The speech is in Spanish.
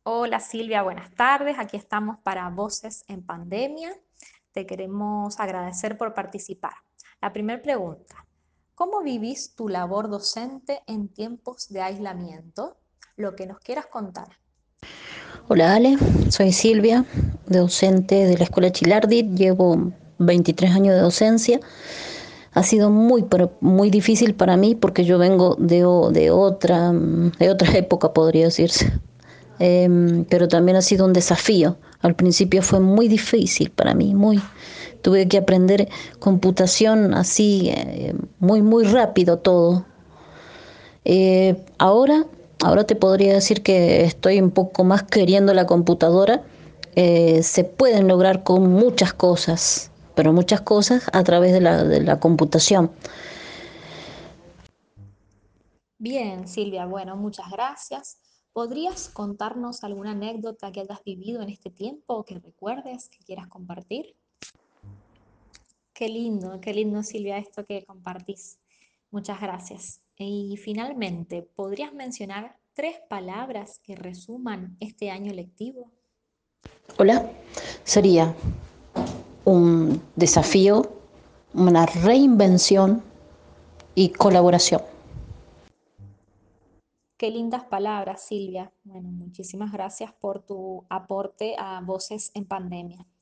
Hola Silvia, buenas tardes. Aquí estamos para Voces en Pandemia. Te queremos agradecer por participar. La primera pregunta, ¿cómo vivís tu labor docente en tiempos de aislamiento? Lo que nos quieras contar. Hola Ale, soy Silvia, docente de la Escuela Chilardi, llevo 23 años de docencia. Ha sido pero muy difícil para mí porque yo vengo de otra época, podría decirse. Pero también ha sido un desafío. Al principio fue muy difícil para mí, tuve que aprender computación así, muy rápido todo. Ahora te podría decir que estoy un poco más queriendo la computadora. Se pueden lograr con muchas cosas, pero muchas cosas a través de la computación. Bien, Silvia, bueno, muchas gracias. ¿Podrías contarnos alguna anécdota que hayas vivido en este tiempo o que recuerdes, que quieras compartir? Qué lindo Silvia esto que compartís. Muchas gracias. Y finalmente, ¿podrías mencionar tres palabras que resuman este año lectivo? Hola, sería un desafío, una reinvención y colaboración. Qué lindas palabras, Silvia. Bueno, muchísimas gracias por tu aporte a Voces en Pandemia.